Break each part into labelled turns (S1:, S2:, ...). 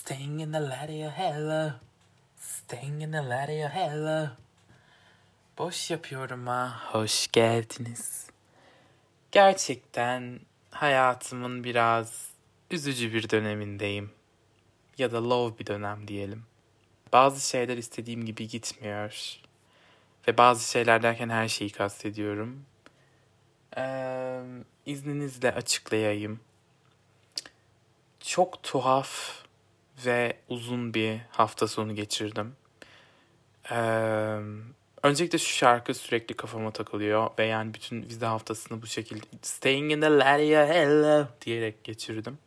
S1: Staying in the light of your hello. Staying in the light of your hello. Boş yapıyorum ha. Hoş geldiniz. Gerçekten hayatımın biraz üzücü bir dönemindeyim. Ya da low bir dönem diyelim. Bazı şeyler istediğim gibi gitmiyor. Ve bazı şeyler derken her şeyi kastediyorum. İzninizle açıklayayım. Çok tuhaf ve uzun bir hafta sonu geçirdim. Öncelikle şu şarkı sürekli kafama takılıyor ve yani bütün vize haftasını bu şekilde Staying in the light of your hello diyerek geçirdim.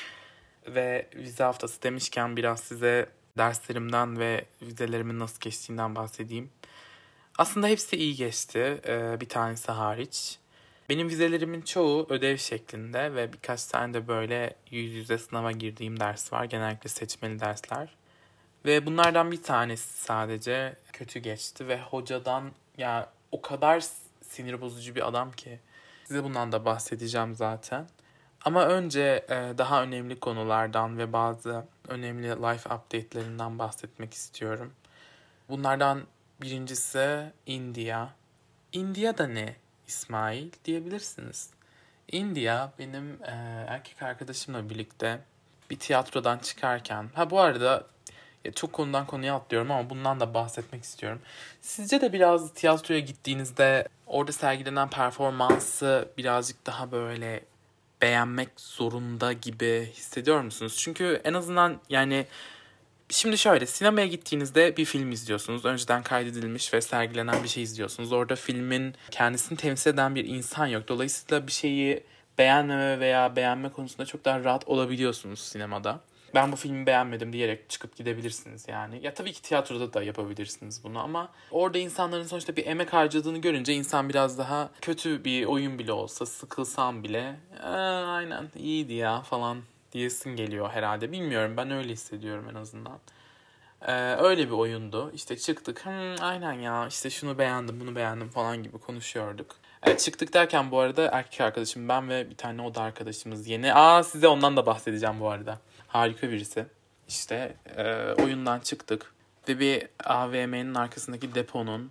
S1: Ve vize haftası demişken biraz size derslerimden ve vizelerimin nasıl geçtiğinden bahsedeyim. Aslında hepsi iyi geçti, bir tanesi hariç. Benim vizelerimin çoğu ödev şeklinde ve birkaç tane de böyle yüz yüze sınava girdiğim ders var. Genellikle seçmeli dersler. Ve bunlardan bir tanesi sadece kötü geçti ve hocadan ya o kadar sinir bozucu bir adam ki. Size bundan da bahsedeceğim zaten. Ama önce daha önemli konulardan ve bazı önemli life update'lerinden bahsetmek istiyorum. Bunlardan birincisi India. India da ne İsmail diyebilirsiniz. India benim erkek arkadaşımla birlikte bir tiyatrodan çıkarken... bu arada çok konudan konuya atlıyorum ama bundan da bahsetmek istiyorum. Sizce de biraz tiyatroya gittiğinizde orada sergilenen performansı birazcık daha böyle beğenmek zorunda gibi hissediyor musunuz? Çünkü en azından yani şimdi şöyle, sinemaya gittiğinizde bir film izliyorsunuz. Önceden kaydedilmiş ve sergilenen bir şey izliyorsunuz. Orada filmin kendisini temsil eden bir insan yok. Dolayısıyla bir şeyi beğenmeme veya beğenme konusunda çok daha rahat olabiliyorsunuz sinemada. Ben bu filmi beğenmedim diyerek çıkıp gidebilirsiniz yani. Ya tabii ki tiyatroda da yapabilirsiniz bunu ama orada insanların sonuçta bir emek harcadığını görünce insan biraz daha kötü bir oyun bile olsa sıkılsam bile aynen iyiydi ya falan diyesin geliyor herhalde. Bilmiyorum, ben öyle hissediyorum en azından. Öyle bir oyundu. İşte çıktık. Aynen ya işte şunu beğendim bunu beğendim falan gibi konuşuyorduk. Çıktık derken bu arada erkek arkadaşım ben ve bir tane oda arkadaşımız yeni. Size ondan da bahsedeceğim bu arada. Harika birisi. İşte oyundan çıktık ve bir AVM'nin arkasındaki deponun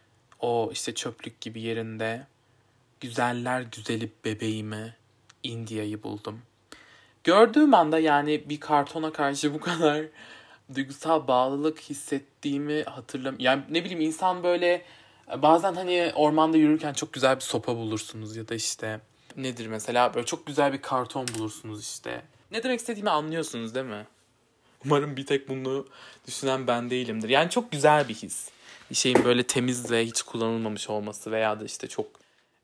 S1: o işte çöplük gibi yerinde güzeller güzeli bebeğimi India'yı buldum. Gördüğüm anda yani bir kartona karşı bu kadar duygusal bağlılık hissettiğimi hatırlamıyorum. Yani ne bileyim, insan böyle bazen hani ormanda yürürken çok güzel bir sopa bulursunuz ya da işte nedir mesela böyle çok güzel bir karton bulursunuz işte. Ne demek istediğimi anlıyorsunuz değil mi? Umarım bir tek bunu düşünen ben değilimdir. Yani çok güzel bir his. Bir şeyin böyle temiz ve hiç kullanılmamış olması veya da işte çok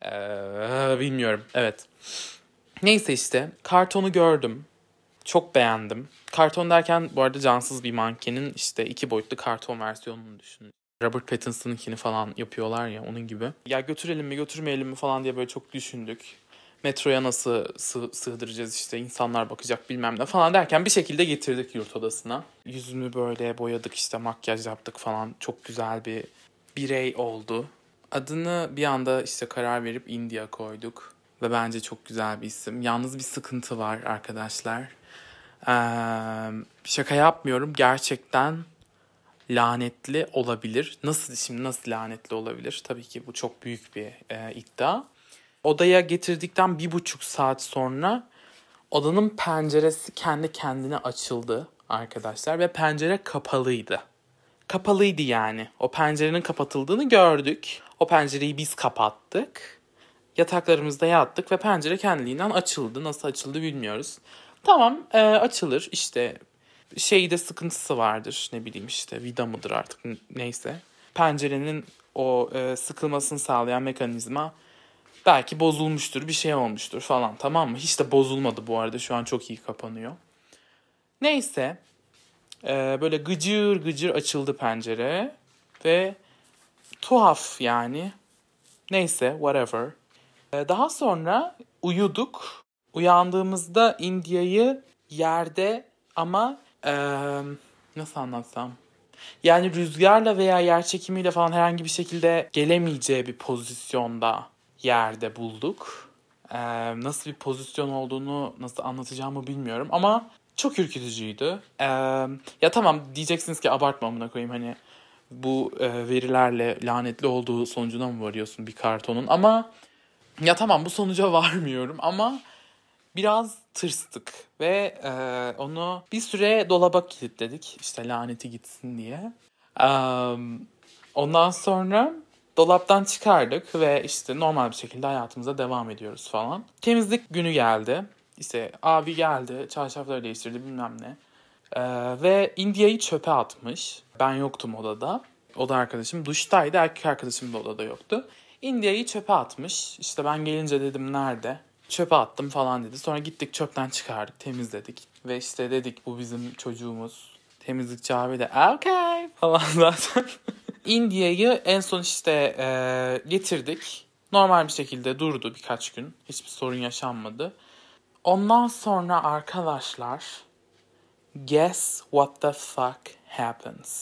S1: bilmiyorum. Evet. Neyse işte kartonu gördüm. Çok beğendim. Karton derken bu arada cansız bir mankenin işte 2 boyutlu karton versiyonunu düşünün. Robert Pattinson'ınkini falan yapıyorlar ya, onun gibi. Ya götürelim mi götürmeyelim mi falan diye böyle çok düşündük. Metroya nasıl sığdıracağız işte, insanlar bakacak bilmem ne falan derken bir şekilde getirdik yurt odasına. Yüzümü böyle boyadık işte, makyaj yaptık falan. Çok güzel bir birey oldu. Adını bir anda işte karar verip India koyduk. Ve bence çok güzel bir isim. Yalnız bir sıkıntı var arkadaşlar. Şaka yapmıyorum. Gerçekten lanetli olabilir. Nasıl lanetli olabilir? Tabii ki bu çok büyük bir iddia. Odaya getirdikten 1,5 saat sonra odanın penceresi kendi kendine açıldı arkadaşlar ve pencere kapalıydı. Kapalıydı yani. O pencerenin kapatıldığını gördük. O pencereyi biz kapattık. Yataklarımızda yattık ve pencere kendiliğinden açıldı. Nasıl açıldı bilmiyoruz. Tamam, açılır işte, şeyde sıkıntısı vardır, ne bileyim işte vida mıdır artık neyse. Pencerenin o sıkılmasını sağlayan mekanizma belki bozulmuştur, bir şey olmuştur falan, tamam mı? Hiç de bozulmadı bu arada, şu an çok iyi kapanıyor. Neyse böyle gıcır gıcır açıldı pencere ve tuhaf yani. Neyse whatever. Daha sonra uyuduk. Uyandığımızda India'yı yerde ama nasıl anlatsam? Yani rüzgarla veya yer çekimiyle falan herhangi bir şekilde gelemeyeceği bir pozisyonda yerde bulduk. Nasıl bir pozisyon olduğunu nasıl anlatacağımı bilmiyorum ama Çok ürkütücüydü. Ya tamam diyeceksiniz ki abartma amına koyayım hani bu verilerle lanetli olduğu sonucuna mı varıyorsun bir kartonun? Ama ya tamam bu sonuca varmıyorum ama biraz tırstık ve onu bir süre dolaba kilitledik işte laneti gitsin diye. Ondan sonra dolaptan çıkardık ve işte normal bir şekilde hayatımıza devam ediyoruz falan. Temizlik günü geldi. İşte abi geldi, çarşafları değiştirdi bilmem ne. Ve India'yı çöpe atmış. Ben yoktum odada. Oda arkadaşım duştaydı, erkek arkadaşım da odada yoktu. India'yı çöpe atmış. İşte ben gelince dedim nerede? Çöpe attım falan dedi. Sonra gittik çöpten çıkardık, temizledik. Ve işte dedik bu bizim çocuğumuz. Temizlikçi abi de okay falan zaten. India'yı en son işte getirdik. Normal bir şekilde durdu birkaç gün. Hiçbir sorun yaşanmadı. Ondan sonra arkadaşlar guess what the fuck happens?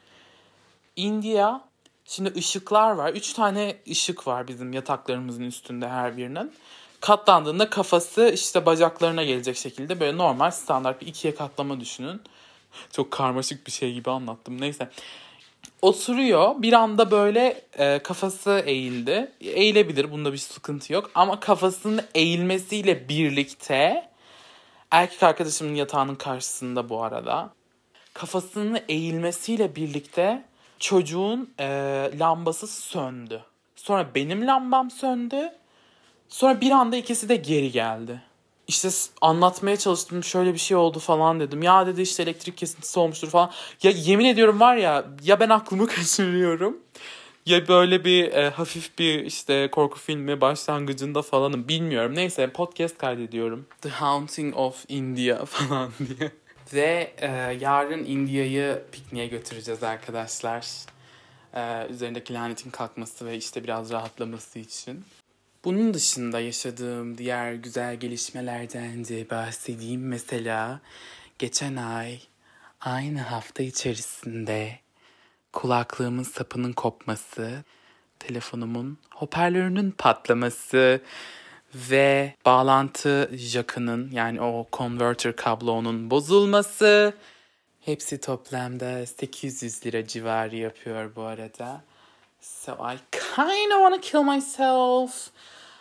S1: India, şimdi ışıklar var. 3 tane ışık var bizim yataklarımızın üstünde her birinin. Katlandığında kafası işte bacaklarına gelecek şekilde böyle normal standart bir ikiye katlama düşünün. Çok karmaşık bir şey gibi anlattım. Neyse. Oturuyor. Bir anda böyle kafası eğildi. Eğilebilir. Bunda bir sıkıntı yok. Ama kafasının eğilmesiyle birlikte erkek arkadaşımın yatağının karşısında bu arada. Kafasının eğilmesiyle birlikte çocuğun lambası söndü. Sonra benim lambam söndü. Sonra bir anda ikisi de geri geldi. İşte anlatmaya çalıştım şöyle bir şey oldu falan dedim. Ya dedi işte elektrik kesintisi olmuştur falan. Ya yemin ediyorum var ya ben aklımı kaçırıyorum. Ya böyle bir hafif bir işte korku filmi başlangıcında falanım bilmiyorum. Neyse podcast kaydediyorum. The Haunting of India falan diye. Ve yarın India'yı pikniğe götüreceğiz arkadaşlar. Üzerindeki lanetin kalkması ve işte biraz rahatlaması için. Bunun dışında yaşadığım diğer güzel gelişmelerden de bahsedeyim. Mesela geçen ay aynı hafta içerisinde kulaklığımın sapının kopması, telefonumun hoparlörünün patlaması ve bağlantı jackının yani o converter kablonun bozulması. Hepsi toplamda 800 lira civarı yapıyor bu arada. So I kinda wanna kill myself.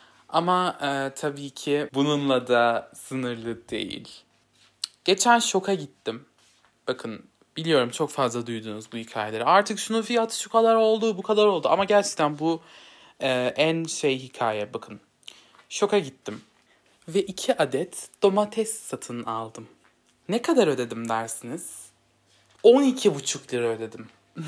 S1: Ama tabii ki bununla da sınırlı değil. Geçen şoka gittim. Bakın biliyorum çok fazla duydunuz bu hikayeleri. Artık şunun fiyatı şu kadar oldu, bu kadar oldu. Ama gerçekten bu en hikaye. Bakın şoka gittim. Ve 2 adet domates satın aldım. Ne kadar ödedim dersiniz? 12,5 lira ödedim.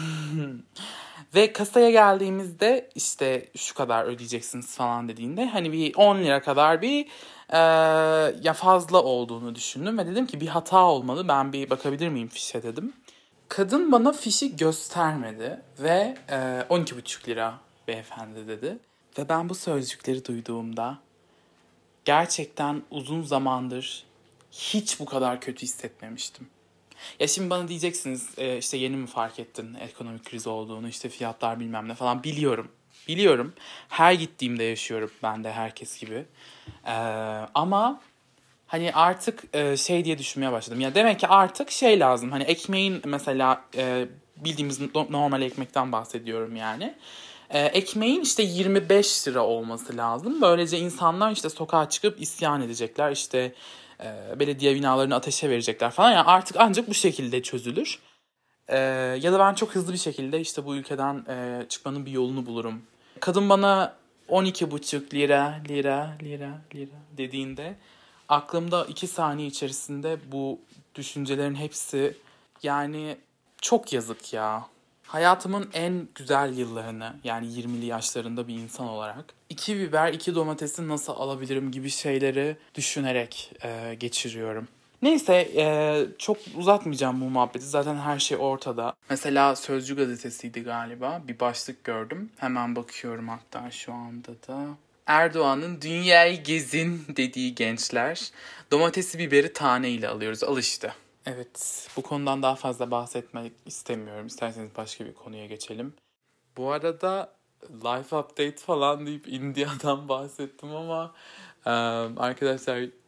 S1: Ve kasaya geldiğimizde işte şu kadar ödeyeceksiniz falan dediğinde hani bir 10 lira kadar bir ya fazla olduğunu düşündüm ve dedim ki bir hata olmalı, ben bir bakabilir miyim fişe dedim. Kadın bana fişi göstermedi ve 12,5 lira beyefendi dedi. Ve ben bu sözcükleri duyduğumda gerçekten uzun zamandır hiç bu kadar kötü hissetmemiştim. Ya şimdi bana diyeceksiniz işte yeni mi fark ettin ekonomik kriz olduğunu, işte fiyatlar bilmem ne falan, biliyorum. Biliyorum. Her gittiğimde yaşıyorum ben de herkes gibi. Ama hani artık şey diye düşünmeye başladım. Ya demek ki artık şey lazım. Hani ekmeğin mesela bildiğimiz normal ekmekten bahsediyorum yani. Ekmeğin işte 25 lira olması lazım. Böylece insanlar işte sokağa çıkıp isyan edecekler. İşte belediye binalarını ateşe verecekler falan. Yani artık ancak bu şekilde çözülür. Ya da ben çok hızlı bir şekilde işte bu ülkeden çıkmanın bir yolunu bulurum. Kadın bana 12,5 lira dediğinde aklımda 2 saniye içerisinde bu düşüncelerin hepsi, yani çok yazık ya. Hayatımın en güzel yıllarını, yani 20'li yaşlarında bir insan olarak 2 biber, 2 domatesi nasıl alabilirim gibi şeyleri düşünerek geçiriyorum. Neyse çok uzatmayacağım bu muhabbeti. Zaten her şey ortada. Mesela Sözcü gazetesiydi galiba. Bir başlık gördüm. Hemen bakıyorum hatta şu anda da. Erdoğan'ın dünyayı gezin dediği gençler. Domatesi biberi taneyle alıyoruz. Al işte. Evet, bu konudan daha fazla bahsetmek istemiyorum. İsterseniz başka bir konuya geçelim. Bu arada life update falan deyip India'dan bahsettim ama arkadaşlar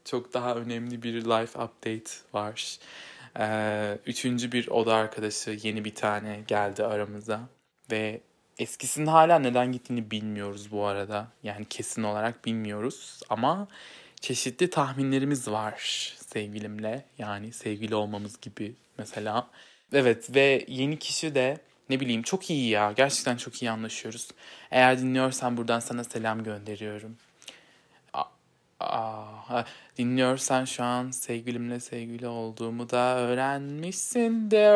S1: çok daha önemli bir life update var. Üçüncü bir oda arkadaşı, yeni bir tane geldi aramıza. Ve eskisinin hala neden gittiğini bilmiyoruz bu arada. Yani kesin olarak bilmiyoruz ama çeşitli tahminlerimiz var sevgilimle. Yani sevgili olmamız gibi mesela. Evet, ve yeni kişi de ne bileyim çok iyi ya. Gerçekten çok iyi anlaşıyoruz. Eğer dinliyorsan buradan sana selam gönderiyorum. Dinliyorsan şu an sevgilimle sevgili olduğumu da öğrenmişsindir.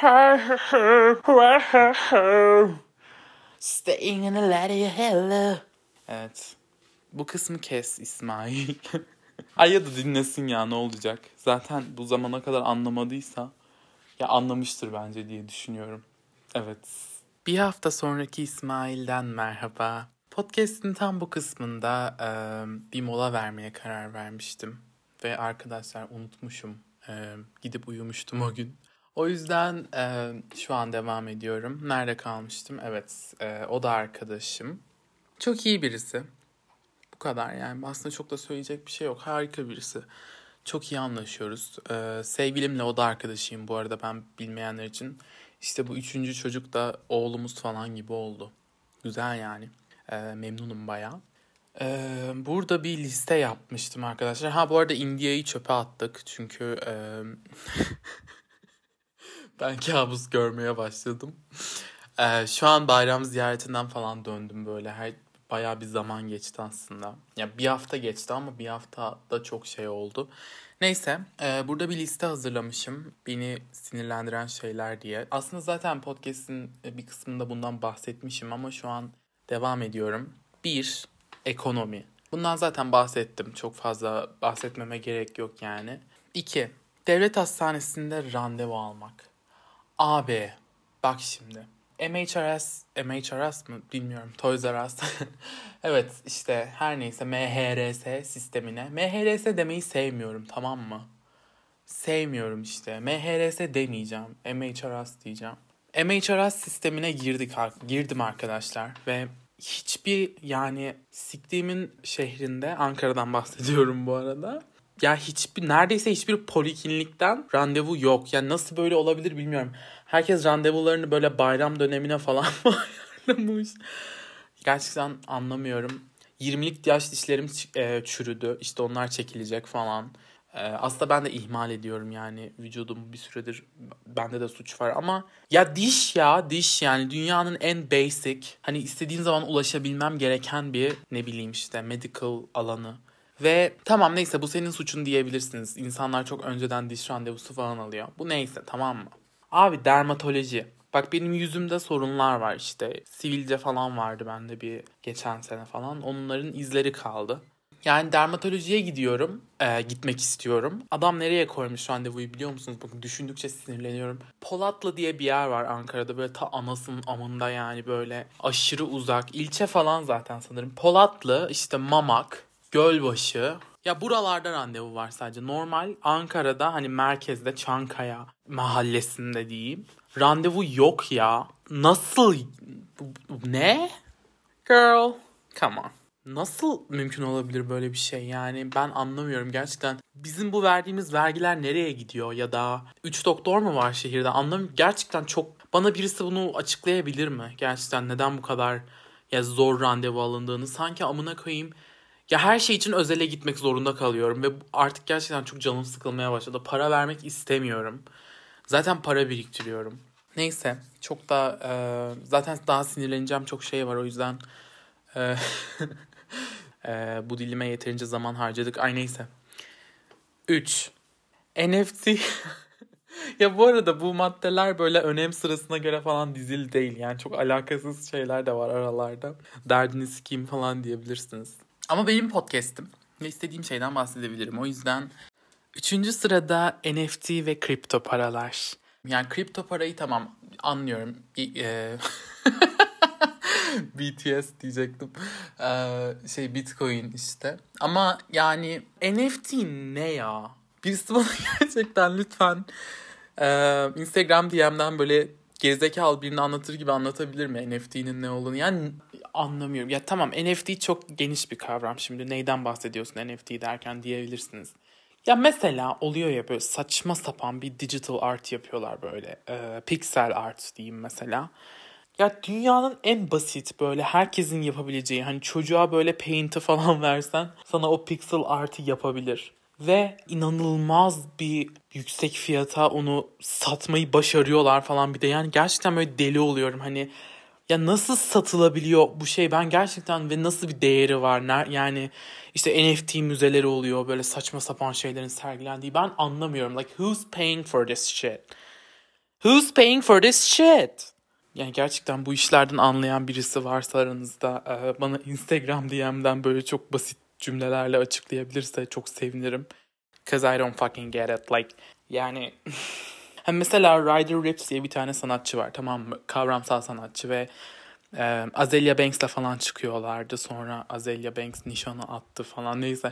S1: Staying in a letter hello. Evet. Bu kısmı kes İsmail. Ay ya da dinlesin ya, ne olacak. Zaten bu zamana kadar anlamadıysa ya anlamıştır bence diye düşünüyorum. Evet. Bir hafta sonraki İsmail'den merhaba. Podcast'in tam bu kısmında bir mola vermeye karar vermiştim. Ve arkadaşlar unutmuşum. Gidip uyumuştum o gün. O yüzden şu an devam ediyorum. Nerede kalmıştım? Evet, o da arkadaşım. Çok iyi birisi. Bu kadar yani. Aslında çok da söyleyecek bir şey yok. Harika birisi. Çok iyi anlaşıyoruz. Sevgilimle o da arkadaşıyım bu arada, ben bilmeyenler için. İşte bu üçüncü çocuk da oğlumuz falan gibi oldu. Güzel yani. Memnunum bayağı. Burada bir liste yapmıştım arkadaşlar. Ha, bu arada India'yı çöpe attık. Çünkü ben kabus görmeye başladım. Şu an bayram ziyaretinden falan döndüm böyle. Bayağı bir zaman geçti aslında. Ya bir hafta geçti ama bir hafta da çok şey oldu. Neyse, burada bir liste hazırlamışım. Beni sinirlendiren şeyler diye. Aslında zaten podcast'in bir kısmında bundan bahsetmişim ama şu an devam ediyorum. 1. Ekonomi. Bundan zaten bahsettim. Çok fazla bahsetmeme gerek yok yani. 2. Devlet hastanesinde randevu almak. Abi bak şimdi. MHRS mı bilmiyorum. Toys R Us. Evet işte her neyse MHRS sistemine. MHRS demeyi sevmiyorum, tamam mı? Sevmiyorum işte. MHRS demeyeceğim. MHRS diyeceğim. MHRS sistemine girdim arkadaşlar ve hiçbir yani siktiğimin şehrinde, Ankara'dan bahsediyorum bu arada. Ya neredeyse hiçbir poliklinikten randevu yok. Yani nasıl böyle olabilir bilmiyorum. Herkes randevularını böyle bayram dönemine falan mı ayarlamış? Gerçekten anlamıyorum. 20'lik yaş dişlerim çürüdü. İşte onlar çekilecek falan. Aslında ben de ihmal ediyorum yani vücudum bir süredir, bende de suç var ama ya diş yani dünyanın en basic, hani istediğim zaman ulaşabilmem gereken bir ne bileyim işte medical alanı. Ve tamam neyse, bu senin suçun diyebilirsiniz. İnsanlar çok önceden diş randevusu falan alıyor. Bu neyse, tamam mı? Abi dermatoloji. Bak benim yüzümde sorunlar var işte. Sivilce falan vardı bende bir geçen sene falan. Onların izleri kaldı. Yani dermatolojiye gitmek istiyorum. Adam nereye koymuş randevuyu biliyor musunuz? Bakın düşündükçe sinirleniyorum. Polatlı diye bir yer var Ankara'da, böyle ta anasının amında, yani böyle aşırı uzak. İlçe falan zaten sanırım. Polatlı, işte Mamak, Gölbaşı. Ya buralarda randevu var sadece. Normal Ankara'da hani merkezde Çankaya mahallesinde diyeyim. Randevu yok ya. Nasıl? Ne? Girl, come on. Nasıl mümkün olabilir böyle bir şey yani, ben anlamıyorum gerçekten. Bizim bu verdiğimiz vergiler nereye gidiyor ya da 3 doktor mu var şehirde, anlamıyorum. Gerçekten çok, bana birisi bunu açıklayabilir mi? Gerçekten neden bu kadar ya zor randevu alındığını, sanki amına koyayım. Ya her şey için özele gitmek zorunda kalıyorum ve artık gerçekten çok canım sıkılmaya başladı. Para vermek istemiyorum. Zaten para biriktiriyorum. Neyse, çok da zaten daha sinirleneceğim çok şey var, o yüzden e, bu dilime yeterince zaman harcadık. Ay neyse. 3. NFT. Ya bu arada bu maddeler böyle önem sırasına göre falan dizili değil. Yani çok alakasız şeyler de var aralarda. Derdini sikeyim falan diyebilirsiniz. Ama benim podcast'im ve istediğim şeyden bahsedebilirim. O yüzden 3. sırada NFT ve kripto paralar. Yani kripto parayı tamam anlıyorum. BTS diyecektim. Bitcoin işte. Ama yani NFT ne ya? Birisi bana gerçekten lütfen Instagram DM'den böyle gerizekalı birini anlatır gibi anlatabilir mi NFT'nin ne olduğunu? Yani anlamıyorum. Ya tamam, NFT çok geniş bir kavram. Şimdi neyden bahsediyorsun NFT derken diyebilirsiniz. Ya mesela oluyor ya, böyle saçma sapan bir digital art yapıyorlar böyle. Pixel art diyeyim mesela. Ya dünyanın en basit, böyle herkesin yapabileceği, hani çocuğa böyle paint'i falan versen sana o pixel art'ı yapabilir. Ve inanılmaz bir yüksek fiyata onu satmayı başarıyorlar falan bir de. Yani gerçekten böyle deli oluyorum hani. Ya nasıl satılabiliyor bu şey, ben gerçekten, ve nasıl bir değeri var? Yani işte NFT müzeleri oluyor, böyle saçma sapan şeylerin sergilendiği, ben anlamıyorum. Like, who's paying for this shit? Who's paying for this shit? Yani gerçekten bu işlerden anlayan birisi varsa aranızda, bana Instagram DM'den böyle çok basit cümlelerle açıklayabilirse çok sevinirim. Cause I don't fucking get it. Like, yani hem mesela Ryder Ripps diye bir tane sanatçı var, tamam mı? Kavramsal sanatçı ve Azealia Banks'la falan çıkıyorlardı. Sonra Azealia Banks nişanı attı falan, neyse.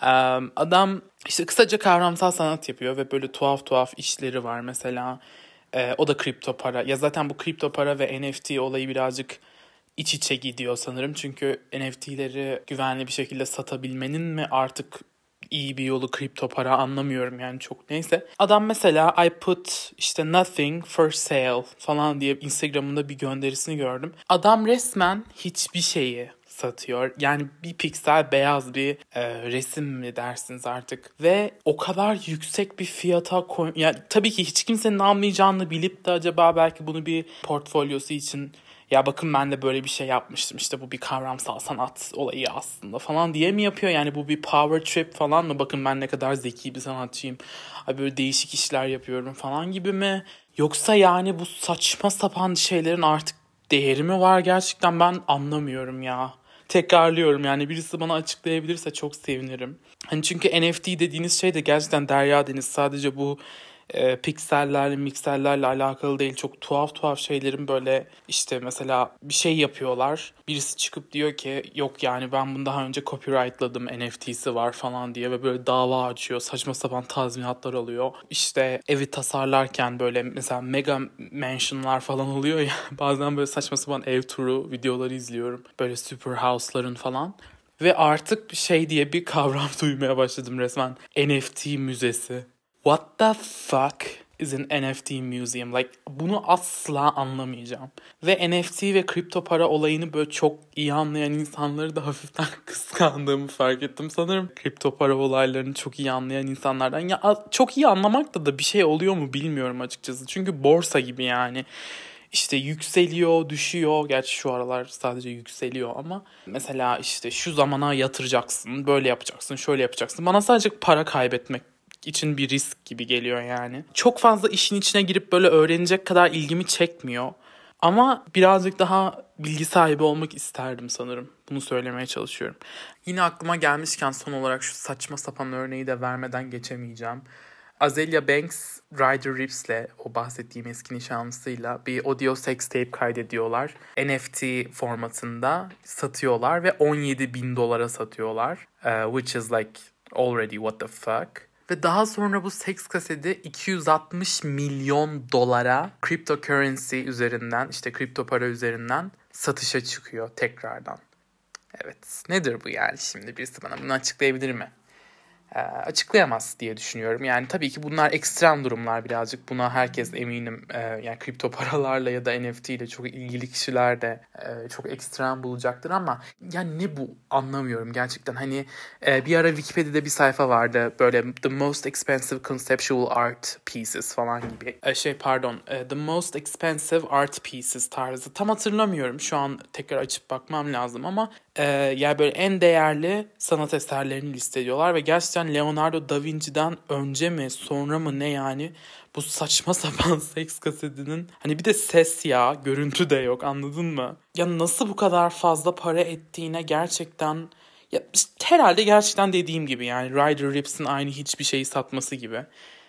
S1: Adam işte kısaca kavramsal sanat yapıyor ve böyle tuhaf tuhaf işleri var. Mesela o da kripto para. Ya zaten bu kripto para ve NFT olayı birazcık iç içe gidiyor sanırım. Çünkü NFT'leri güvenli bir şekilde satabilmenin mi artık iyi bir yolu kripto para, anlamıyorum yani, çok neyse. Adam mesela I put işte nothing for sale falan diye Instagram'ında bir gönderisini gördüm. Adam resmen hiçbir şeyi satıyor. Yani bir piksel beyaz bir resim mi dersiniz artık. Ve o kadar yüksek bir fiyata yani tabii ki hiç kimsenin almayacağını bilip de acaba belki bunu bir portfolyosu için, ya bakın ben de böyle bir şey yapmıştım, işte bu bir kavramsal sanat olayı aslında falan diye mi yapıyor? Yani bu bir power trip falan mı? Bakın ben ne kadar zeki bir sanatçıyım. Ay böyle değişik işler yapıyorum falan gibi mi? Yoksa yani bu saçma sapan şeylerin artık değeri mi var gerçekten, ben anlamıyorum ya. Tekrarlıyorum, yani birisi bana açıklayabilirse çok sevinirim. Hani çünkü NFT dediğiniz şey de gerçekten derya deniz, sadece bu piksellerle miksellerle alakalı değil. Çok tuhaf tuhaf şeylerin böyle, işte mesela bir şey yapıyorlar. Birisi çıkıp diyor ki yok yani ben bunu daha önce copyrightladım, NFT'si var falan diye, ve böyle dava açıyor. Saçma sapan tazminatlar alıyor. İşte evi tasarlarken böyle mesela mega mansionlar falan oluyor ya. Bazen böyle saçma sapan ev turu videoları izliyorum. Böyle super house'ların falan. Ve artık şey diye bir kavram duymaya başladım resmen. NFT müzesi. What the fuck is an NFT museum? Like, bunu asla anlamayacağım. Ve NFT ve kripto para olayını böyle çok iyi anlayan insanları da hafiften kıskandığımı fark ettim. Sanırım kripto para olaylarını çok iyi anlayan insanlardan. Ya çok iyi anlamakta da bir şey oluyor mu bilmiyorum açıkçası. Çünkü borsa gibi yani. İşte yükseliyor, düşüyor. Gerçi şu aralar sadece yükseliyor ama mesela işte şu zamana yatıracaksın, böyle yapacaksın, şöyle yapacaksın. Bana sadece para kaybetmek için bir risk gibi geliyor yani. Çok fazla işin içine girip böyle öğrenecek kadar ilgimi çekmiyor. Ama birazcık daha bilgi sahibi olmak isterdim sanırım. Bunu söylemeye çalışıyorum. Yine aklıma gelmişken son olarak şu saçma sapan örneği de vermeden geçemeyeceğim. Azealia Banks, Ryder Ripps'le, o bahsettiğim eski nişanlısıyla bir audio sex tape kaydediyorlar. NFT formatında satıyorlar ve $17.000 satıyorlar. Which is like already what the fuck. Ve daha sonra bu seks kaseti 260 milyon dolara cryptocurrency üzerinden, işte kripto para üzerinden satışa çıkıyor tekrardan. Evet, nedir bu yani, şimdi birisi bana bunu açıklayabilir mi? Açıklayamaz diye düşünüyorum. Yani tabii ki bunlar ekstrem durumlar birazcık. Buna herkes eminim, yani kripto paralarla ya da NFT ile çok ilgili kişiler de çok ekstrem bulacaktır ama yani ne bu, anlamıyorum gerçekten. Hani bir ara Wikipedia'da bir sayfa vardı böyle the most expensive conceptual art pieces falan gibi. The most expensive art pieces tarzı. Tam hatırlamıyorum. Şu an tekrar açıp bakmam lazım ama yani böyle en değerli sanat eserlerini listeliyorlar ve gerçekten Leonardo da Vinci'den önce mi sonra mı ne yani, bu saçma sapan seks kasetinin, hani bir de ses ya, görüntü de yok, anladın mı? Ya nasıl bu kadar fazla para ettiğine gerçekten, ya işte herhalde gerçekten dediğim gibi yani Ryder Ripps'in aynı hiçbir şeyi satması gibi.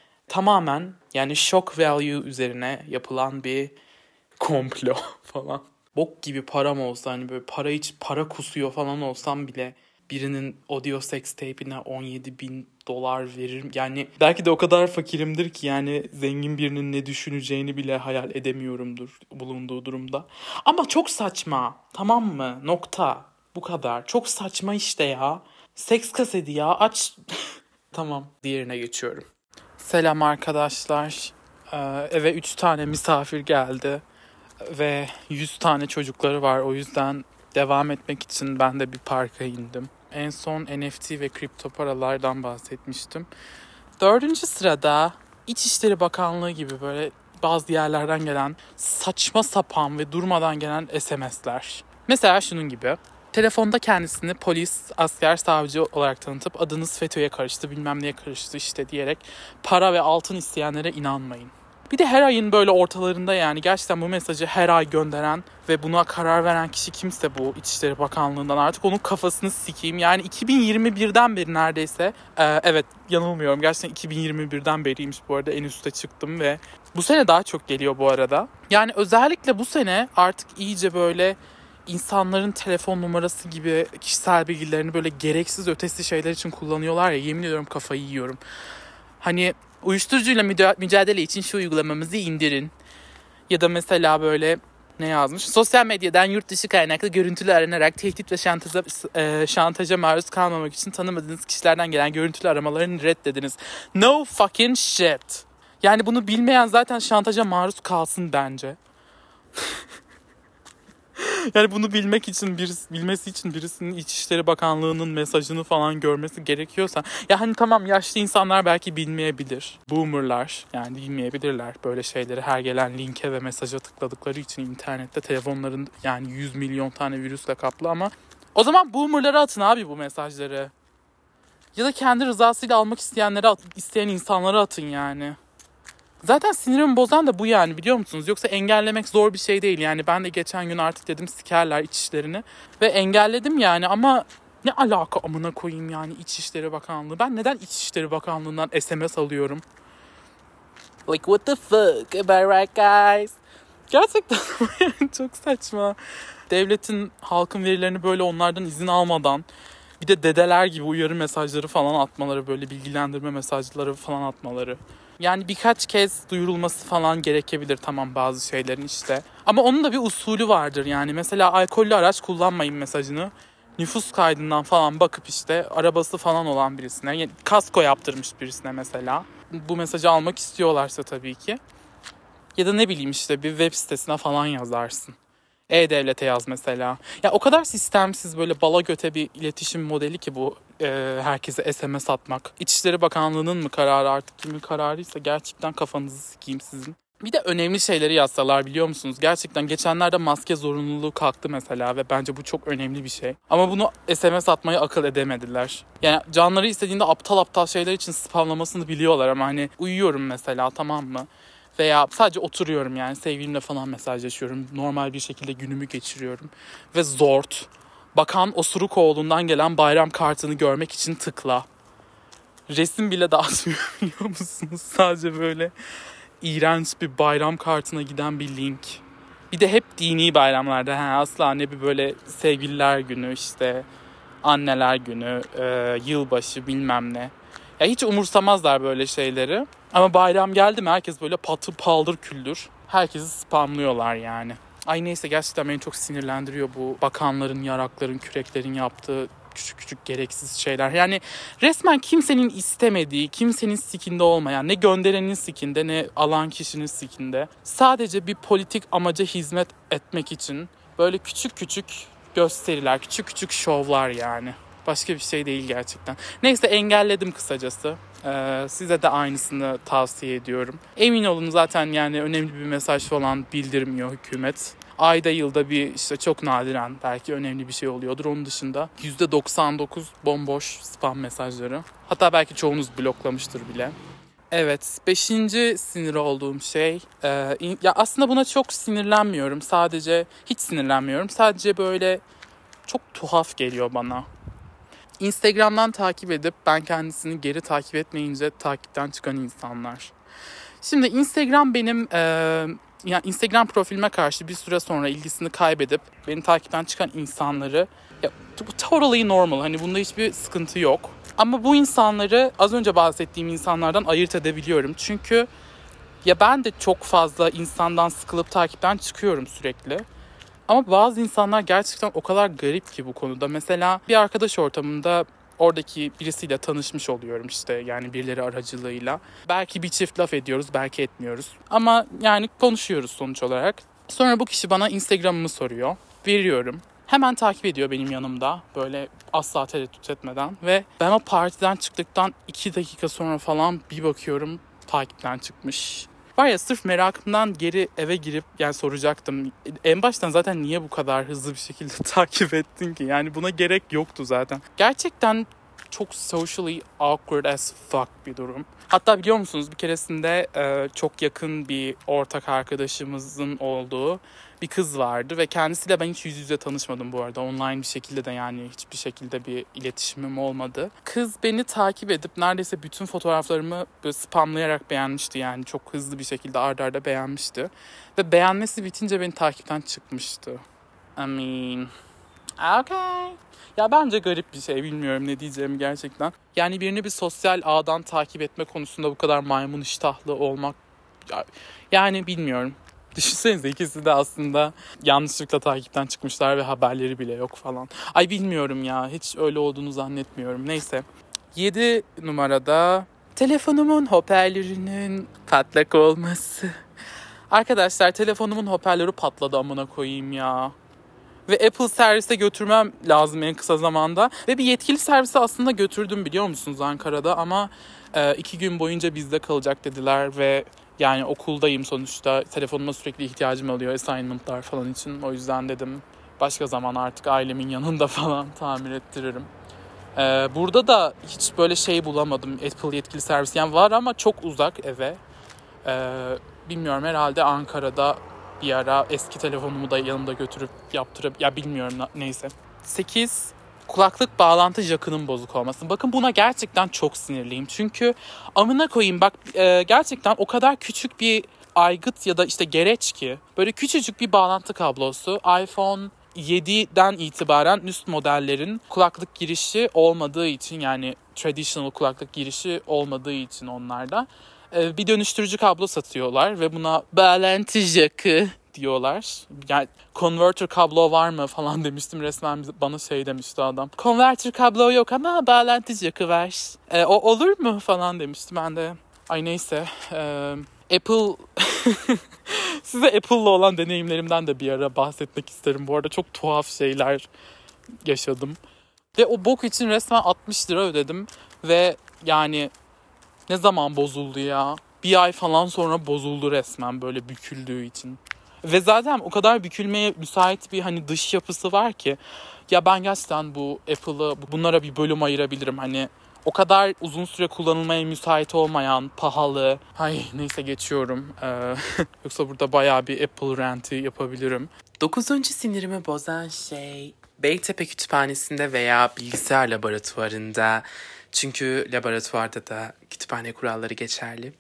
S1: Tamamen yani shock value üzerine yapılan bir komplo falan. Bok gibi param olsa, hani böyle para kusuyor falan olsam bile birinin audio sex tape'ine $17.000 veririm. Yani belki de o kadar fakirimdir ki yani zengin birinin ne düşüneceğini bile hayal edemiyorumdur bulunduğu durumda. Ama çok saçma, tamam mı? Nokta. Bu kadar. Çok saçma işte ya. Seks kaseti ya, aç. Tamam, diğerine geçiyorum. Selam arkadaşlar. Eve 3 tane misafir geldi ve 100 tane çocukları var. O yüzden devam etmek için ben de bir parka indim. En son NFT ve kripto paralardan bahsetmiştim. 4. sırada İçişleri Bakanlığı gibi böyle bazı yerlerden gelen saçma sapan ve durmadan gelen SMS'ler. Mesela şunun gibi. Telefonda kendisini polis, asker, savcı olarak tanıtıp adınız FETÖ'ye karıştı, bilmem neye karıştı işte diyerek para ve altın isteyenlere inanmayın. Bir de her ayın böyle ortalarında yani gerçekten bu mesajı her ay gönderen ve buna karar veren kişi kimse bu İçişleri Bakanlığı'ndan artık onun kafasını sikeyim. Yani 2021'den beri neredeyse evet yanılmıyorum gerçekten 2021'den beriymiş bu arada en üste çıktım ve bu sene daha çok geliyor bu arada. Yani özellikle bu sene artık iyice böyle insanların telefon numarası gibi kişisel bilgilerini böyle gereksiz ötesi şeyler için kullanıyorlar ya yemin ediyorum kafayı yiyorum. Hani uyuşturucuyla mücadele için şu uygulamamızı indirin. Ya da mesela böyle ne yazmış? Sosyal medyadan yurt dışı kaynaklı görüntülü aranarak tehdit ve şantaja maruz kalmamak için tanımadığınız kişilerden gelen görüntülü aramalarını reddediniz. No fucking shit. Yani bunu bilmeyen zaten şantaja maruz kalsın bence. Yani bunu bilmesi için birisinin İçişleri Bakanlığı'nın mesajını falan görmesi gerekiyorsa ya hani tamam yaşlı insanlar belki bilmeyebilir. Boomerlar yani bilmeyebilirler böyle şeyleri her gelen linke ve mesaja tıkladıkları için internette telefonların yani 100 milyon tane virüsle kaplı ama o zaman boomerlara atın abi bu mesajları. Ya da kendi rızasıyla almak isteyen insanlara atın yani. Zaten sinirimi bozan da bu yani biliyor musunuz? Yoksa engellemek zor bir şey değil. Yani ben de geçen gün artık dedim sikerler içişlerini. Ve engelledim yani ama ne alaka amına koyayım yani İçişleri Bakanlığı. Ben neden İçişleri Bakanlığı'ndan SMS alıyorum? Like what the fuck am I right guys? Gerçekten yani çok saçma. Devletin halkın verilerini böyle onlardan izin almadan bir de dedeler gibi uyarı mesajları falan atmaları böyle bilgilendirme mesajları falan atmaları. Yani birkaç kez duyurulması falan gerekebilir tamam bazı şeylerin işte. Ama onun da bir usulü vardır yani. Mesela alkollü araç kullanmayın mesajını. Nüfus kaydından falan bakıp işte arabası falan olan birisine, yani kasko yaptırmış birisine mesela. Bu mesajı almak istiyorlarsa tabii ki. Ya da ne bileyim işte bir web sitesine falan yazarsın. E-Devlet'e yaz mesela. Ya o kadar sistemsiz böyle bala göte bir iletişim modeli ki bu herkese SMS atmak. İçişleri Bakanlığı'nın mı kararı artık kimin kararıysa gerçekten kafanızı sikeyim sizin. Bir de önemli şeyleri yazsalar biliyor musunuz? Gerçekten geçenlerde maske zorunluluğu kalktı mesela ve bence bu çok önemli bir şey. Ama bunu SMS atmayı akıl edemediler. Yani canları istediğinde aptal aptal şeyler için spamlamasını biliyorlar ama hani uyuyorum mesela tamam mı? Veya sadece oturuyorum yani sevgilimle falan mesajlaşıyorum. Normal bir şekilde günümü geçiriyorum. Ve zort. Bakan Osurukoğlu'ndan gelen bayram kartını görmek için tıkla. Resim bile dağıtmıyor biliyor musunuz? Sadece böyle iğrenç bir bayram kartına giden bir link. Bir de hep dini bayramlarda. Asla ne bir böyle sevgililer günü işte anneler günü, yılbaşı bilmem ne. Ya hiç umursamazlar böyle şeyleri. Ama bayram geldi mi herkes böyle patır paldır küldür. Herkesi spamlıyorlar yani. Ay neyse gerçekten beni çok sinirlendiriyor bu bakanların, yarakların, küreklerin yaptığı küçük küçük gereksiz şeyler. Yani resmen kimsenin istemediği, kimsenin sikinde olmayan, ne gönderenin sikinde ne alan kişinin sikinde. Sadece bir politik amaca hizmet etmek için böyle küçük küçük gösteriler, küçük küçük şovlar yani. Başka bir şey değil gerçekten. Neyse engelledim kısacası. Size de aynısını tavsiye ediyorum. Emin olun zaten yani önemli bir mesaj falan bildirmiyor hükümet. Ayda yılda bir işte çok nadiren belki önemli bir şey oluyordur. Onun dışında %99 bomboş spam mesajları. Hatta belki çoğunuz bloklamıştır bile. Evet, 5. sinir olduğum şey. Ya aslında buna çok sinirlenmiyorum. Hiç sinirlenmiyorum. Sadece böyle çok tuhaf geliyor bana. Instagram'dan takip edip ben kendisini geri takip etmeyince takipten çıkan insanlar. Şimdi Instagram benim Yani Instagram profilime karşı bir süre sonra ilgisini kaybedip beni takipten çıkan insanları, ya bu totally normal. Hani bunda hiçbir sıkıntı yok. Ama bu insanları az önce bahsettiğim insanlardan ayırt edebiliyorum. Çünkü ya ben de çok fazla insandan sıkılıp takipten çıkıyorum sürekli. Ama bazı insanlar gerçekten o kadar garip ki bu konuda. Mesela bir arkadaş ortamında oradaki birisiyle tanışmış oluyorum işte, yani birileri aracılığıyla. Belki bir çift laf ediyoruz, belki etmiyoruz. Ama yani konuşuyoruz sonuç olarak. Sonra bu kişi bana Instagram'ımı soruyor. Veriyorum. Hemen takip ediyor benim yanımda. Böyle asla tereddüt etmeden. Ve ben o partiden çıktıktan 2 dakika sonra falan bir bakıyorum takipten çıkmış. Var ya, sırf merakımdan geri eve girip yani soracaktım. En baştan zaten niye bu kadar hızlı bir şekilde takip ettin ki? Yani buna gerek yoktu zaten. Gerçekten çok socially awkward as fuck bir durum. Hatta biliyor musunuz, bir keresinde çok yakın bir ortak arkadaşımızın olduğu bir kız vardı ve kendisiyle ben hiç yüz yüze tanışmadım bu arada. Online bir şekilde de, yani hiçbir şekilde bir iletişimim olmadı. Kız beni takip edip neredeyse bütün fotoğraflarımı böyle spamlayarak beğenmişti, yani çok hızlı bir şekilde arda arda beğenmişti. Ve beğenmesi bitince beni takipten çıkmıştı. I mean, okay. Ya bence garip bir şey, bilmiyorum ne diyeceğimi gerçekten. Yani birini bir sosyal ağdan takip etme konusunda bu kadar maymun iştahlı olmak, yani bilmiyorum. Düşünsenize, ikisi de aslında yanlışlıkla takipten çıkmışlar ve haberleri bile yok falan. Ay bilmiyorum ya, hiç öyle olduğunu zannetmiyorum. Neyse. 7 numarada telefonumun hoparlörünün patlak olması. Arkadaşlar, telefonumun hoparlörü patladı, amına koyayım ya. Ve Apple servise götürmem lazım en kısa zamanda. Ve bir yetkili servise aslında götürdüm, biliyor musunuz, Ankara'da. Ama 2 gün boyunca bizde kalacak dediler ve yani okuldayım sonuçta. Telefonuma sürekli ihtiyacım oluyor assignment'lar falan için. O yüzden dedim başka zaman artık ailemin yanında falan tamir ettiririm. Burada da hiç böyle şey bulamadım, Apple yetkili servis. Yani var ama çok uzak eve. Bilmiyorum, herhalde Ankara'da bir ara eski telefonumu da yanımda götürüp yaptırıp, ya bilmiyorum, neyse. 8. Kulaklık bağlantı jackının bozuk olması. Bakın, buna gerçekten çok sinirliyim. Çünkü amına koyayım bak, gerçekten o kadar küçük bir aygıt ya da işte gereç ki, böyle küçücük bir bağlantı kablosu. iPhone 7'den itibaren üst modellerin kulaklık girişi olmadığı için, yani traditional kulaklık girişi olmadığı için onlarda bir dönüştürücü kablo satıyorlar ve buna bağlantı jackı diyorlar. Yani converter kablo var mı falan demiştim, resmen bana şey demişti adam. Converter kablo yok ama bağlantı jackı var. O olur mu falan demiştim, ben de. Ay neyse. Apple size Apple'la olan deneyimlerimden de bir ara bahsetmek isterim. Bu arada çok tuhaf şeyler yaşadım. Ve o bok için resmen 60 lira ödedim. Ve yani ne zaman bozuldu ya? Bir ay falan sonra bozuldu resmen, böyle büküldüğü için. Ve zaten o kadar bükülmeye müsait bir hani dış yapısı var ki. Ya ben gerçekten bu Apple'ı bunlara bir bölüm ayırabilirim. Hani o kadar uzun süre kullanılmaya müsait olmayan, pahalı. Ay neyse, geçiyorum. Yoksa burada bayağı bir Apple rant'i yapabilirim. 9. sinirimi bozan şey, Beytepe Kütüphanesi'nde veya bilgisayar laboratuvarında, çünkü laboratuvarda da kütüphane kuralları geçerli,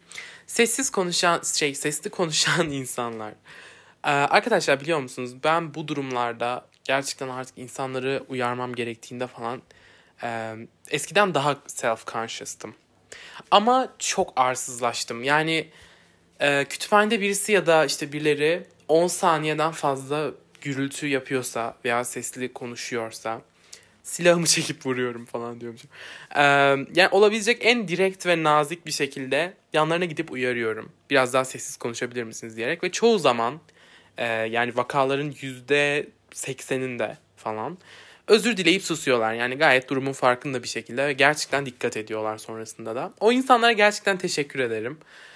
S1: sesli konuşan insanlar. Arkadaşlar, biliyor musunuz, ben bu durumlarda gerçekten artık insanları uyarmam gerektiğinde falan eskiden daha self-conscious'tım. Ama çok arsızlaştım. Yani kütüphanede birisi ya da işte birileri 10 saniyeden fazla gürültü yapıyorsa veya sesli konuşuyorsa silahımı çekip vuruyorum falan diyormuşum. Yani olabilecek en direkt ve nazik bir şekilde yanlarına gidip uyarıyorum. Biraz daha sessiz konuşabilir misiniz diyerek. Ve çoğu zaman yani vakaların %80'inde falan özür dileyip susuyorlar. Yani gayet durumun farkında bir şekilde ve gerçekten dikkat ediyorlar sonrasında da. O insanlara gerçekten teşekkür ederim.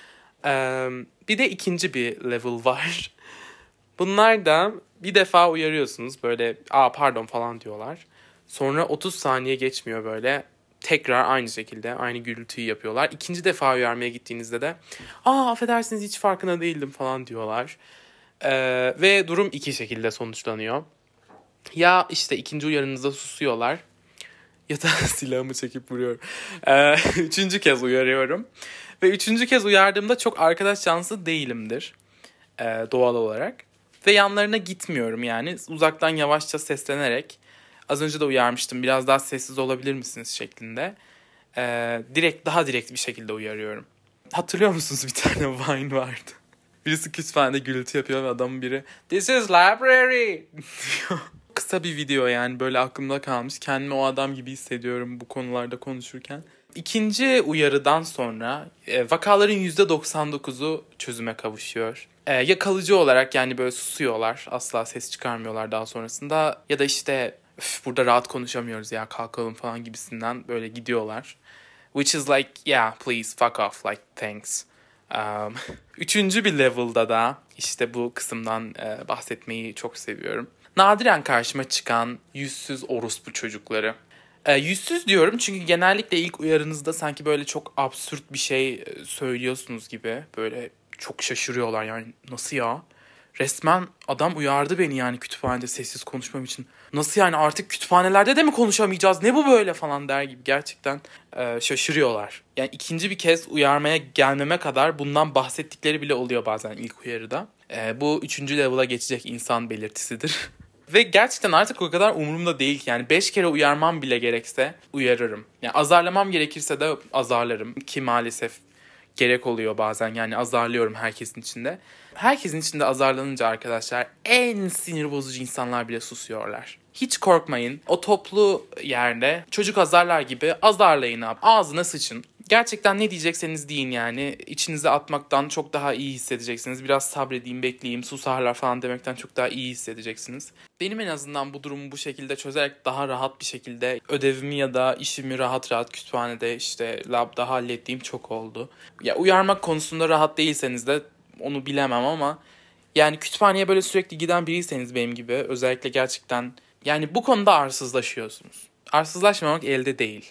S1: Bir de ikinci bir level var. Bunlar da bir defa uyarıyorsunuz, böyle pardon falan diyorlar. Sonra 30 saniye geçmiyor, böyle tekrar aynı şekilde aynı gürültüyü yapıyorlar. İkinci defa uyarmaya gittiğinizde de affedersiniz, hiç farkında değildim falan diyorlar. Ve durum iki şekilde sonuçlanıyor. Ya işte ikinci uyarınızda susuyorlar ya da silahımı çekip vuruyorum. Üçüncü kez uyarıyorum. Ve üçüncü kez uyardığımda çok arkadaş canlısı değilimdir. doğal olarak. Ve yanlarına gitmiyorum yani. Uzaktan yavaşça seslenerek, az önce de uyarmıştım, biraz daha sessiz olabilir misiniz şeklinde. Daha direkt bir şekilde uyarıyorum. Hatırlıyor musunuz, bir tane Vine vardı. Birisi kütüphanede gürültü yapıyor ve adamın biri "This is library" diyor. Kısa bir video yani, böyle aklımda kalmış. Kendimi o adam gibi hissediyorum bu konularda konuşurken. İkinci uyarıdan sonra vakaların %99'u çözüme kavuşuyor. Ya kalıcı olarak, yani böyle susuyorlar, asla ses çıkarmıyorlar daha sonrasında, ya da işte burada rahat konuşamıyoruz ya, kalkalım falan gibisinden böyle gidiyorlar. Which is like, yeah, please fuck off, like thanks. Üçüncü bir level'da da işte bu kısımdan bahsetmeyi çok seviyorum. Nadiren karşıma çıkan yüzsüz orospu çocukları. Yüzsüz diyorum çünkü genellikle ilk uyarınızda sanki böyle çok absürt bir şey söylüyorsunuz gibi. Böyle çok şaşırıyorlar, yani nasıl ya? Resmen adam uyardı beni yani kütüphanede sessiz konuşmam için. Nasıl yani, artık kütüphanelerde de mi konuşamayacağız? Ne bu böyle falan der gibi, gerçekten şaşırıyorlar. Yani ikinci bir kez uyarmaya gelmeme kadar bundan bahsettikleri bile oluyor bazen ilk uyarıda. Bu üçüncü level'a geçecek insan belirtisidir. Ve gerçekten artık o kadar umurumda değil ki. Yani 5 kere uyarmam bile gerekse uyarırım. Yani azarlamam gerekirse de azarlarım. Ki maalesef gerek oluyor bazen. Yani azarlıyorum herkesin içinde. Herkesin içinde azarlanınca arkadaşlar, en sinir bozucu insanlar bile susuyorlar. Hiç korkmayın. O toplu yerde çocuk azarlar gibi azarlayın abi. Ağzına sıçın. Gerçekten ne diyecekseniz deyin yani. İçinize atmaktan çok daha iyi hissedeceksiniz. Biraz sabredeyim, bekleyeyim, susarlar falan demekten çok daha iyi hissedeceksiniz. Benim en azından bu durumu bu şekilde çözerek daha rahat bir şekilde ödevimi ya da işimi rahat rahat kütüphanede, işte labda hallettiğim çok oldu. Ya uyarmak konusunda rahat değilseniz de onu bilemem ama yani kütüphaneye böyle sürekli giden biriyseniz benim gibi, özellikle gerçekten yani bu konuda arsızlaşıyorsunuz. Arsızlaşmamak elde değil.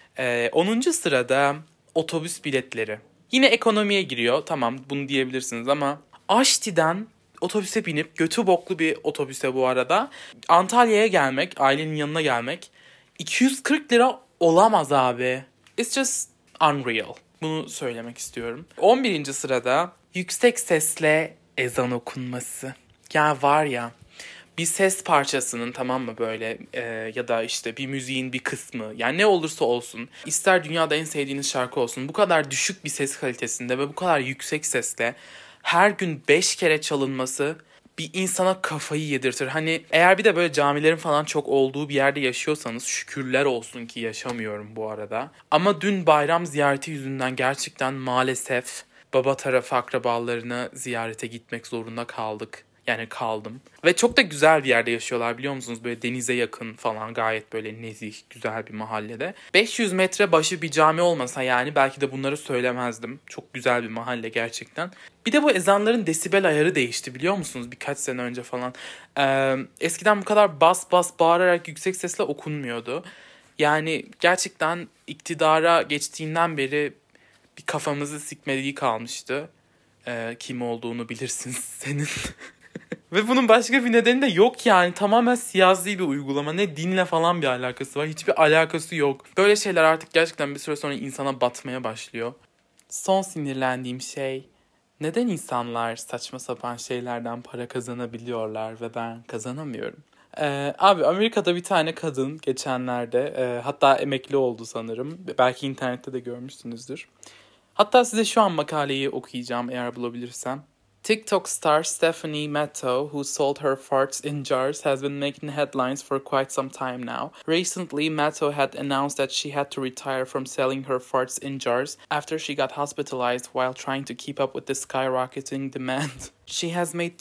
S1: 10. sırada otobüs biletleri. Yine ekonomiye giriyor, tamam bunu diyebilirsiniz ama Aşti'den otobüse binip, götü boklu bir otobüse bu arada, Antalya'ya gelmek, ailenin yanına gelmek 240 lira olamaz abi. It's just unreal. Bunu söylemek istiyorum. 11. sırada yüksek sesle ezan okunması. Ya var ya, bir ses parçasının, tamam mı, böyle ya da işte bir müziğin bir kısmı, yani ne olursa olsun, ister dünyada en sevdiğiniz şarkı olsun, bu kadar düşük bir ses kalitesinde ve bu kadar yüksek sesle her gün 5 kere çalınması bir insana kafayı yedirtir. Hani eğer bir de böyle camilerin falan çok olduğu bir yerde yaşıyorsanız, şükürler olsun ki yaşamıyorum bu arada. Ama dün bayram ziyareti yüzünden gerçekten maalesef baba tarafı akrabalarını ziyarete gitmek zorunda kaldık. Yani kaldım. Ve çok da güzel bir yerde yaşıyorlar, biliyor musunuz? Böyle denize yakın falan, gayet böyle nezih, güzel bir mahallede. 500 metre başı bir cami olmasa yani belki de bunları söylemezdim. Çok güzel bir mahalle gerçekten. Bir de bu ezanların desibel ayarı değişti, biliyor musunuz? Birkaç sene önce falan. Eskiden bu kadar bas bas bağırarak yüksek sesle okunmuyordu. Yani gerçekten iktidara geçtiğinden beri bir kafamızı sikmediği kalmıştı. Kim olduğunu bilirsiniz senin. Ve bunun başka bir nedeni de yok yani. Tamamen siyasi bir uygulama. Ne dinle falan bir alakası var. Hiçbir alakası yok. Böyle şeyler artık gerçekten bir süre sonra insana batmaya başlıyor. Son sinirlendiğim şey, neden insanlar saçma sapan şeylerden para kazanabiliyorlar ve ben kazanamıyorum? Abi Amerika'da bir tane kadın geçenlerde, hatta emekli oldu sanırım. Belki internette de görmüşsünüzdür. Hatta size şu an makaleyi okuyacağım eğer bulabilirsem. TikTok star Stephanie Matto, who sold her farts in jars, has been making headlines for quite some time now. Recently, Matto had announced that she had to retire from selling her farts in jars after she got hospitalized while trying to keep up with the skyrocketing demand. She has made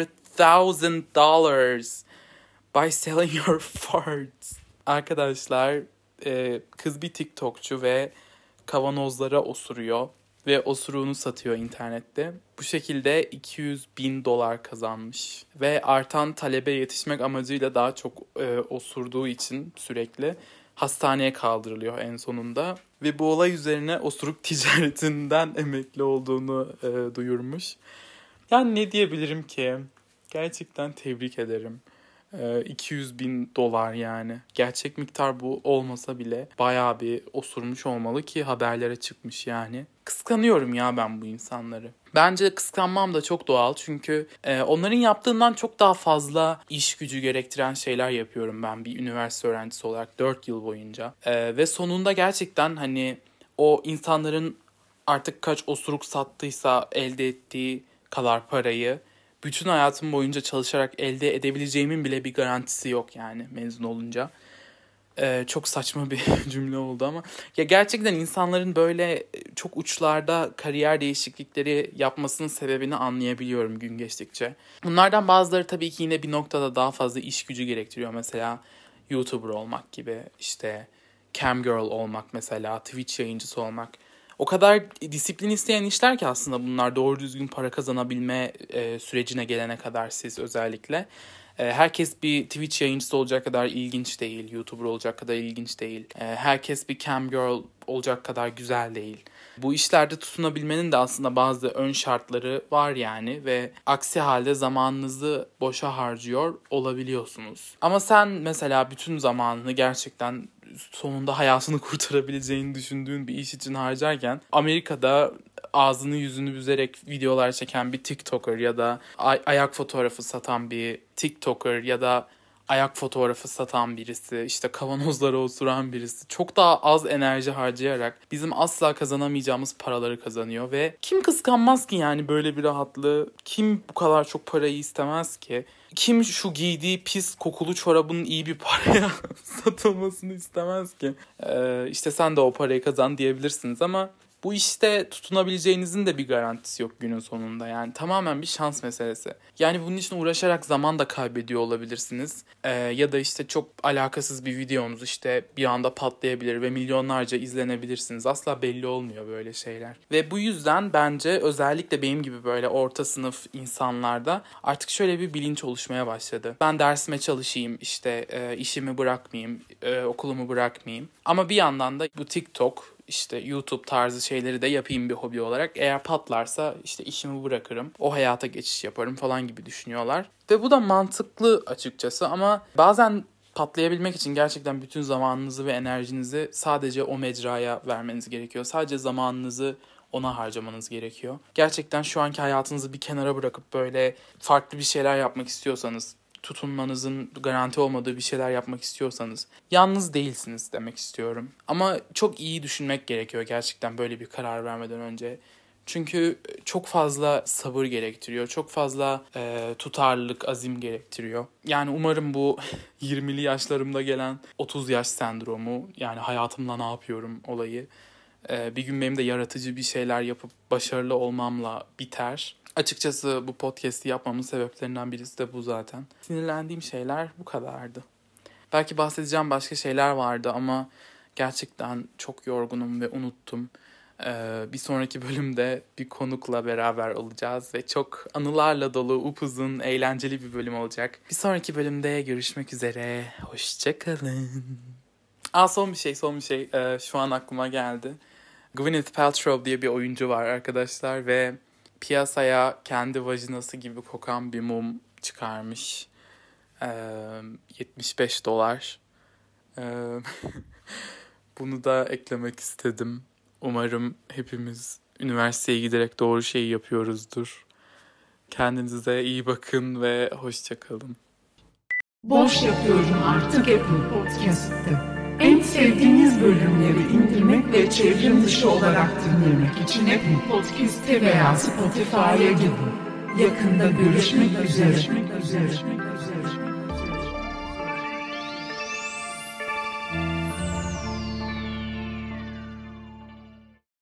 S1: $200,000 by selling her farts. Arkadaşlar, kız bir TikTokçu ve kavanozlara osuruyor ve osuruğunu satıyor internette. Bu şekilde $200,000 kazanmış. Ve artan talebe yetişmek amacıyla daha çok osurduğu için sürekli hastaneye kaldırılıyor en sonunda. Ve bu olay üzerine osuruk ticaretinden emekli olduğunu duyurmuş. Yani ne diyebilirim ki? Gerçekten tebrik ederim. $200.000 yani. Gerçek miktar bu olmasa bile bayağı bir osurmuş olmalı ki haberlere çıkmış yani. Kıskanıyorum ya ben bu insanları. Bence kıskanmam da çok doğal çünkü onların yaptığından çok daha fazla iş gücü gerektiren şeyler yapıyorum ben bir üniversite öğrencisi olarak 4 yıl boyunca. Ve sonunda gerçekten hani o insanların artık kaç osuruk sattıysa elde ettiği kadar parayı bütün hayatım boyunca çalışarak elde edebileceğimin bile bir garantisi yok yani mezun olunca. Çok saçma bir cümle oldu ama ya gerçekten insanların böyle çok uçlarda kariyer değişiklikleri yapmasının sebebini anlayabiliyorum gün geçtikçe. Bunlardan bazıları tabii ki yine bir noktada daha fazla iş gücü gerektiriyor. Mesela YouTuber olmak gibi, işte cam girl olmak mesela, Twitch yayıncısı olmak. O kadar disiplin isteyen işler ki aslında bunlar doğru düzgün para kazanabilme sürecine gelene kadar siz özellikle. Herkes bir Twitch yayıncısı olacak kadar ilginç değil. YouTuber olacak kadar ilginç değil. Herkes bir cam girl olacak kadar güzel değil. Bu işlerde tutunabilmenin de aslında bazı ön şartları var yani ve aksi halde zamanınızı boşa harcıyor olabiliyorsunuz. Ama sen mesela bütün zamanını gerçekten sonunda hayatını kurtarabileceğini düşündüğün bir iş için harcarken Amerika'da ağzını yüzünü büzerek videolar çeken bir TikToker ya da ayak fotoğrafı satan bir TikToker ya da ayak fotoğrafı satan birisi, işte kavanozlara oturan birisi çok daha az enerji harcayarak bizim asla kazanamayacağımız paraları kazanıyor ve kim kıskanmaz ki yani böyle bir rahatlığı? Kim bu kadar çok parayı istemez ki? Kim şu giydiği pis kokulu çorabın iyi bir paraya satılmasını istemez ki? İşte sen de o parayı kazan diyebilirsiniz ama bu işte tutunabileceğinizin de bir garantisi yok günün sonunda. Yani tamamen bir şans meselesi. Yani bunun için uğraşarak zaman da kaybediyor olabilirsiniz. Ya da işte çok alakasız bir videonuz işte bir anda patlayabilir ve milyonlarca izlenebilirsiniz. Asla belli olmuyor böyle şeyler. Ve bu yüzden bence özellikle benim gibi böyle orta sınıf insanlarda artık şöyle bir bilinç oluşmaya başladı. Ben dersime çalışayım, işte işimi bırakmayayım, okulumu bırakmayayım. Ama bir yandan da bu TikTok, İşte YouTube tarzı şeyleri de yapayım bir hobi olarak. Eğer patlarsa işte işimi bırakırım, o hayata geçiş yaparım falan gibi düşünüyorlar. Ve bu da mantıklı açıkçası ama bazen patlayabilmek için gerçekten bütün zamanınızı ve enerjinizi sadece o mecraya vermeniz gerekiyor. Sadece zamanınızı ona harcamanız gerekiyor. Gerçekten şu anki hayatınızı bir kenara bırakıp böyle farklı bir şeyler yapmak istiyorsanız, tutunmanızın garanti olmadığı bir şeyler yapmak istiyorsanız yalnız değilsiniz demek istiyorum. Ama çok iyi düşünmek gerekiyor gerçekten böyle bir karar vermeden önce. Çünkü çok fazla sabır gerektiriyor. Çok fazla tutarlılık, azim gerektiriyor. Yani umarım bu 20'li yaşlarımda gelen 30 yaş sendromu, yani hayatımla ne yapıyorum olayı, bir gün benim de yaratıcı bir şeyler yapıp başarılı olmamla biter. Açıkçası bu podcast'i yapmamın sebeplerinden birisi de bu zaten. Sinirlendiğim şeyler bu kadardı. Belki bahsedeceğim başka şeyler vardı ama gerçekten çok yorgunum ve unuttum. Bir sonraki bölümde bir konukla beraber olacağız ve çok anılarla dolu, upuzun, eğlenceli bir bölüm olacak. Bir sonraki bölümde görüşmek üzere. Hoşçakalın. Son bir şey. Şu an aklıma geldi. Gwyneth Paltrow diye bir oyuncu var arkadaşlar ve piyasaya kendi vajinası gibi kokan bir mum çıkarmış. $75. Bunu da eklemek istedim. Umarım hepimiz üniversiteye giderek doğru şeyi yapıyoruzdur. Kendinize iyi bakın ve hoşça kalın.
S2: Boş yapıyorum artık Apple Podcast'te. En sevdiğiniz bölümleri indirmek ve çevrim dışı olarak dinlemek için Apple Podcast'te veya Spotify'a gidin. Yakında görüşmek üzere.